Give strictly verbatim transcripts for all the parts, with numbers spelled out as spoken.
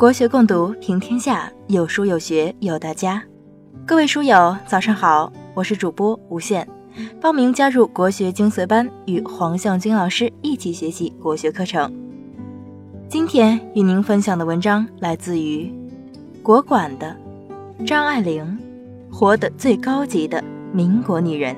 国学共读平天下，有书有学有大家。各位书友早上好，我是主播吴宪，报名加入国学精髓班，与黄向军老师一起学习国学课程。今天与您分享的文章来自于国馆的张爱玲，活得最高级的民国女人。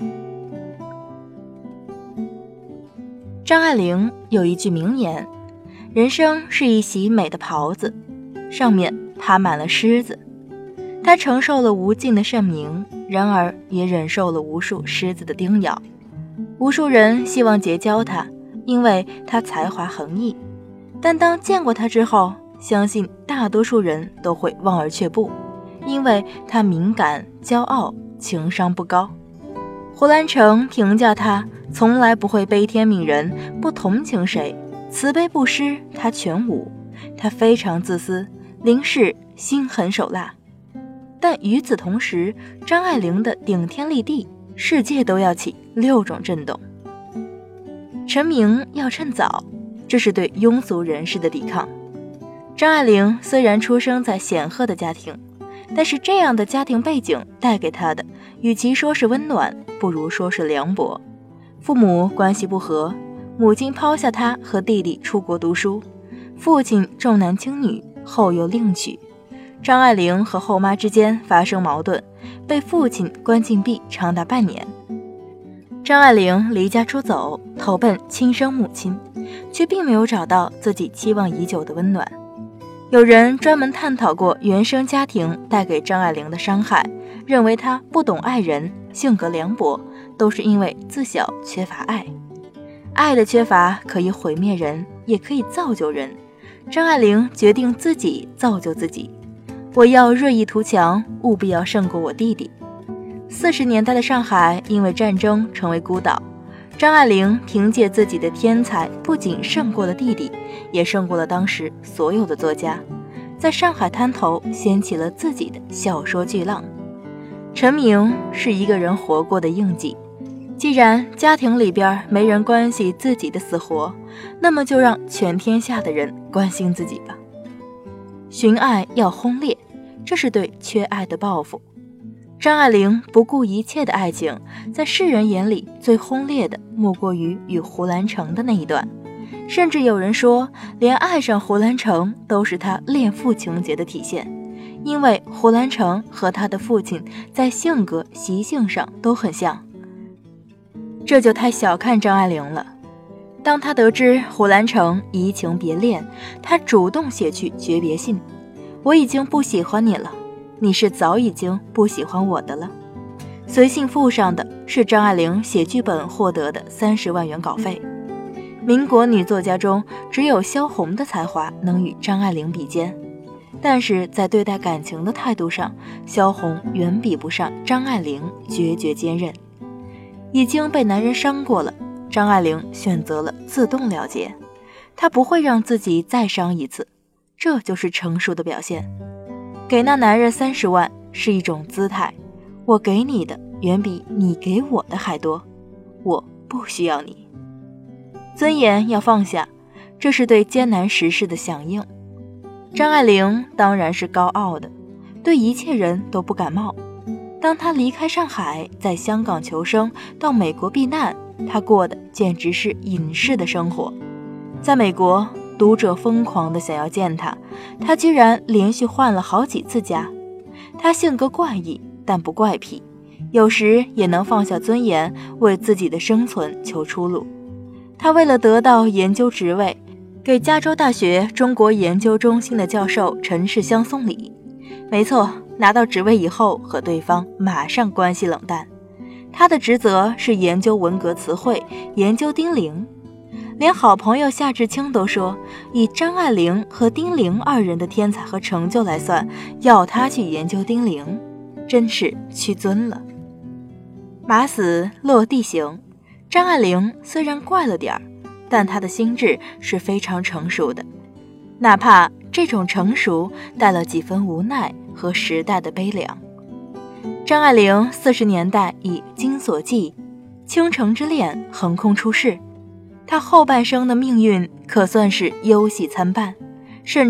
张爱玲有一句名言，人生是一袭美的袍子，上面爬满了虱子。她承受了无尽的盛名，然而也忍受了无数虱子的叮咬。无数人希望结交她，因为她才华横溢，但当见过她之后，相信大多数人都会望而却步，因为她敏感、骄傲，情商不高。胡兰成评价她从来不会悲天悯人，不同情谁，慈悲不施，她全无。她非常自私，凌氏心狠手辣。但与此同时，张爱玲的顶天立地，世界都要起六种震动。成名要趁早，这是对庸俗人士的抵抗。张爱玲虽然出生在显赫的家庭，但是这样的家庭背景带给她的，与其说是温暖，不如说是凉薄。父母关系不和，母亲抛下她和弟弟出国读书，父亲重男轻女，后又另娶。张爱玲和后妈之间发生矛盾，被父亲关禁闭长达半年。张爱玲离家出走，投奔亲生母亲，却并没有找到自己期望已久的温暖。有人专门探讨过原生家庭带给张爱玲的伤害，认为她不懂爱人，性格凉薄，都是因为自小缺乏爱。爱的缺乏可以毁灭人，也可以造就人。张爱玲决定自己造就自己，我要锐意图强，务必要胜过我弟弟。四十年代的上海因为战争成为孤岛，张爱玲凭借自己的天才，不仅胜过了弟弟，也胜过了当时所有的作家，在上海滩头掀起了自己的小说巨浪。成名是一个人活过的印记，既然家庭里边没人关系自己的死活，那么就让全天下的人关心自己吧。寻爱要轰烈，这是对缺爱的报复。张爱玲不顾一切的爱情，在世人眼里最轰烈的莫过于与胡兰成的那一段，甚至有人说连爱上胡兰成都是他恋父情节的体现，因为胡兰成和他的父亲在性格习性上都很像。这就太小看张爱玲了。当他得知胡兰成移情别恋，他主动写去诀别信，我已经不喜欢你了，你是早已经不喜欢我的了。随信附上的是张爱玲写剧本获得的三十万元稿费。民国女作家中，只有萧红的才华能与张爱玲比肩，但是在对待感情的态度上，萧红远比不上张爱玲决绝坚韧。已经被男人伤过了，张爱玲选择了自动了结，她不会让自己再伤一次，这就是成熟的表现。给那男人三十万是一种姿态，我给你的远比你给我的还多，我不需要你。尊严要放下，这是对艰难时事的响应。张爱玲当然是高傲的，对一切人都不感冒。当她离开上海，在香港求生，到美国避难，她过的简直是隐士的生活。在美国，读者疯狂地想要见她，她居然连续换了好几次家。她性格怪异，但不怪癖，有时也能放下尊严，为自己的生存求出路。她为了得到研究职位，给加州大学中国研究中心的教授陈世香送礼。没错，拿到职位以后和对方马上关系冷淡。他的职责是研究文革词汇，研究丁玲。连好朋友夏志清都说，以张爱玲和丁玲二人的天才和成就来算，要他去研究丁玲，真是屈尊了。马死落地行，张爱玲虽然怪了点儿，但她的心智是非常成熟的，哪怕这种成熟带了几分无奈和时代的悲凉。张爱玲四十年代以《金锁记》《倾城之恋》横空出世，她后半生的命运可算是忧喜参半，甚至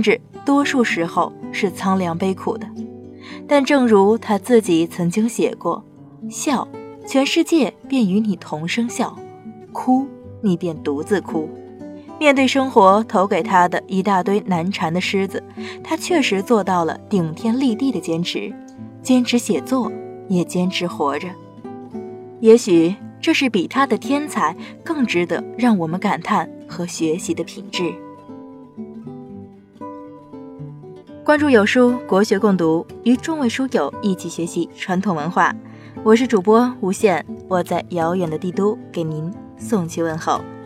多数时候是苍凉悲苦的。但正如他自己曾经写过，笑，全世界便与你同声笑；哭，你便独自哭。面对生活投给他的一大堆难缠的狮子，他确实做到了顶天立地的坚持，坚持写作，也坚持活着。也许这是比他的天才更值得让我们感叹和学习的品质。关注有书，国学共读，与众位书友一起学习传统文化。我是主播吴限，我在遥远的帝都给您送去问候。